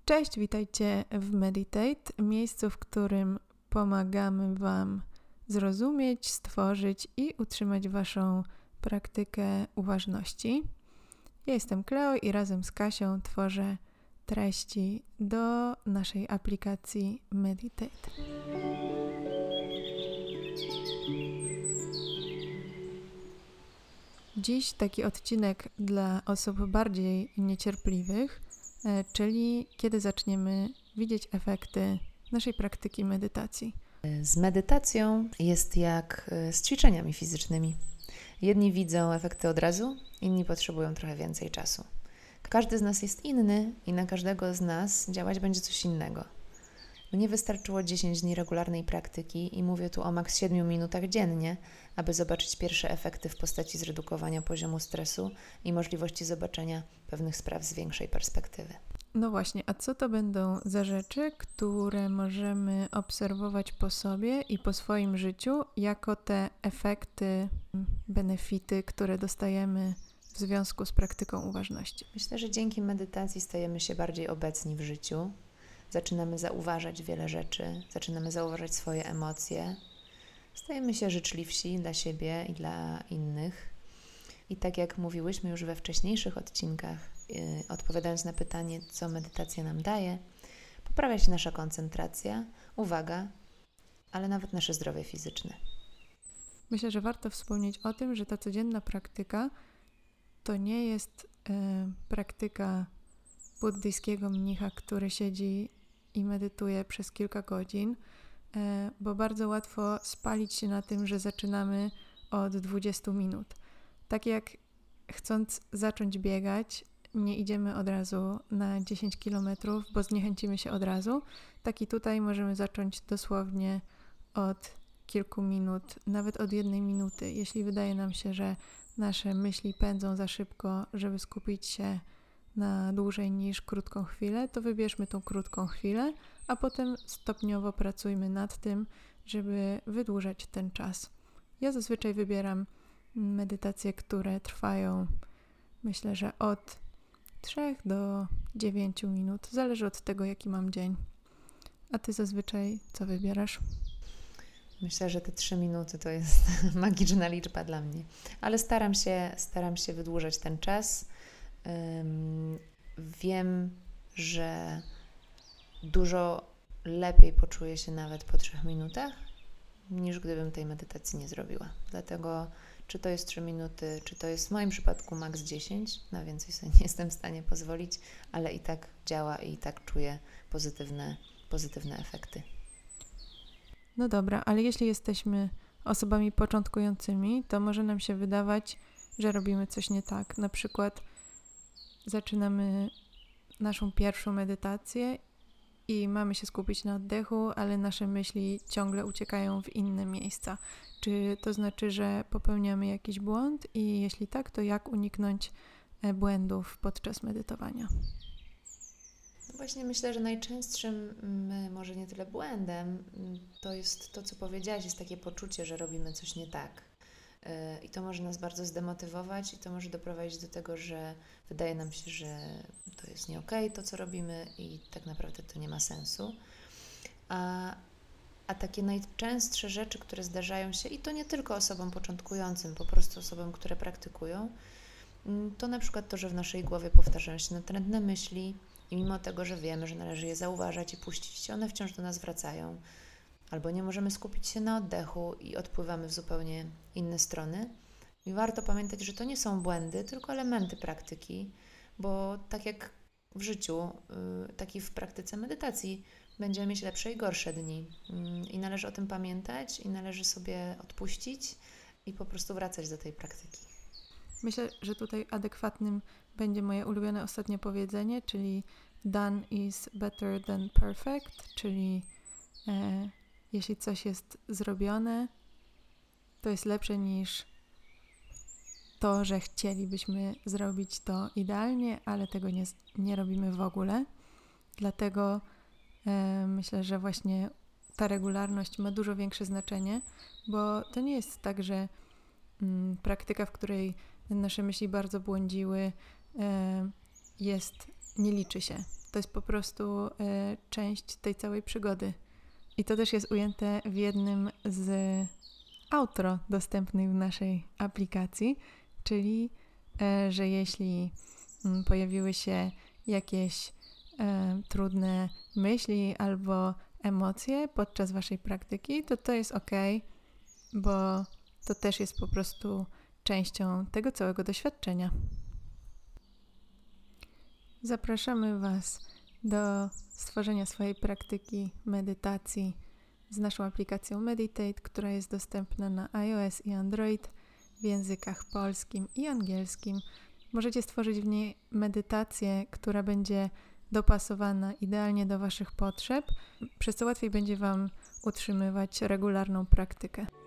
Cześć, witajcie w Meditate, miejscu, w którym pomagamy Wam zrozumieć, stworzyć i utrzymać Waszą praktykę uważności. Ja jestem Kleo i razem z Kasią tworzę treści do naszej aplikacji Meditate. Dziś taki odcinek dla osób bardziej niecierpliwych, czyli kiedy zaczniemy widzieć efekty naszej praktyki medytacji. Z medytacją jest jak z ćwiczeniami fizycznymi. Jedni widzą efekty od razu, inni potrzebują trochę więcej czasu. Każdy z nas jest inny i na każdego z nas działać będzie coś innego. Mnie wystarczyło 10 dni regularnej praktyki i mówię tu o maks 7 minutach dziennie, aby zobaczyć pierwsze efekty w postaci zredukowania poziomu stresu i możliwości zobaczenia pewnych spraw z większej perspektywy. No właśnie, a co to będą za rzeczy, które możemy obserwować po sobie i po swoim życiu jako te efekty, benefity, które dostajemy w związku z praktyką uważności? Myślę, że dzięki medytacji stajemy się bardziej obecni w życiu. Zaczynamy zauważać wiele rzeczy, zaczynamy zauważać swoje emocje. Stajemy się życzliwsi dla siebie i dla innych. I tak jak mówiłyśmy już we wcześniejszych odcinkach, odpowiadając na pytanie, co medytacja nam daje, poprawia się nasza koncentracja, uwaga, ale nawet nasze zdrowie fizyczne. Myślę, że warto wspomnieć o tym, że ta codzienna praktyka to nie jest praktyka buddyjskiego mnicha, który siedzi i medytuje przez kilka godzin, bo bardzo łatwo spalić się na tym, że zaczynamy od 20 minut. Tak jak chcąc zacząć biegać, nie idziemy od razu na 10 km, bo zniechęcimy się od razu, tak i tutaj możemy zacząć dosłownie od kilku minut, nawet od 1 minuty. Jeśli wydaje nam się, że nasze myśli pędzą za szybko, żeby skupić się na dłużej niż krótką chwilę, to wybierzmy tą krótką chwilę, a potem stopniowo pracujmy nad tym, żeby wydłużać ten czas. Ja zazwyczaj wybieram medytacje, które trwają, myślę, że od 3 do 9 minut. Zależy od tego, jaki mam dzień. A Ty zazwyczaj co wybierasz? Myślę, że te 3 minuty to jest magiczna liczba dla mnie. Ale staram się wydłużać ten czas. Wiem, że dużo lepiej poczuję się nawet po 3 minutach, niż gdybym tej medytacji nie zrobiła. Dlatego czy to jest 3 minuty, czy to jest w moim przypadku maks 10, na więcej sobie nie jestem w stanie pozwolić, ale i tak działa i tak czuję pozytywne efekty. No dobra, ale jeśli jesteśmy osobami początkującymi, to może nam się wydawać, że robimy coś nie tak. Na przykład zaczynamy naszą pierwszą medytację i mamy się skupić na oddechu, ale nasze myśli ciągle uciekają w inne miejsca. Czy to znaczy, że popełniamy jakiś błąd i jeśli tak, to jak uniknąć błędów podczas medytowania? Właśnie myślę, że najczęstszym, może nie tyle błędem, to jest to, co powiedziałaś, jest takie poczucie, że robimy coś nie tak. I to może nas bardzo zdemotywować i to może doprowadzić do tego, że wydaje nam się, że to jest nie okej, to co robimy i tak naprawdę to nie ma sensu. A takie najczęstsze rzeczy, które zdarzają się i to nie tylko osobom początkującym, po prostu osobom, które praktykują, to na przykład to, że w naszej głowie powtarzają się natrętne myśli i mimo tego, że wiemy, że należy je zauważać i puścić, one wciąż do nas wracają. Albo nie możemy skupić się na oddechu i odpływamy w zupełnie inne strony. I warto pamiętać, że to nie są błędy, tylko elementy praktyki, bo tak jak w życiu, tak i w praktyce medytacji będziemy mieć lepsze i gorsze dni. I należy o tym pamiętać i należy sobie odpuścić i po prostu wracać do tej praktyki. Myślę, że tutaj adekwatnym będzie moje ulubione ostatnie powiedzenie, czyli done is better than perfect, czyli jeśli coś jest zrobione, to jest lepsze niż to, że chcielibyśmy zrobić to idealnie, ale tego nie robimy w ogóle. Dlatego myślę, że właśnie ta regularność ma dużo większe znaczenie, bo to nie jest tak, że praktyka, w której nasze myśli bardzo błądziły, nie liczy się. To jest po prostu część tej całej przygody. I to też jest ujęte w jednym z outro dostępnych w naszej aplikacji, czyli że jeśli pojawiły się jakieś trudne myśli albo emocje podczas waszej praktyki, to jest ok, bo to też jest po prostu częścią tego całego doświadczenia. Zapraszamy Was do stworzenia swojej praktyki medytacji z naszą aplikacją Meditate, która jest dostępna na iOS i Android w językach polskim i angielskim. Możecie stworzyć w niej medytację, która będzie dopasowana idealnie do Waszych potrzeb, przez co łatwiej będzie Wam utrzymywać regularną praktykę.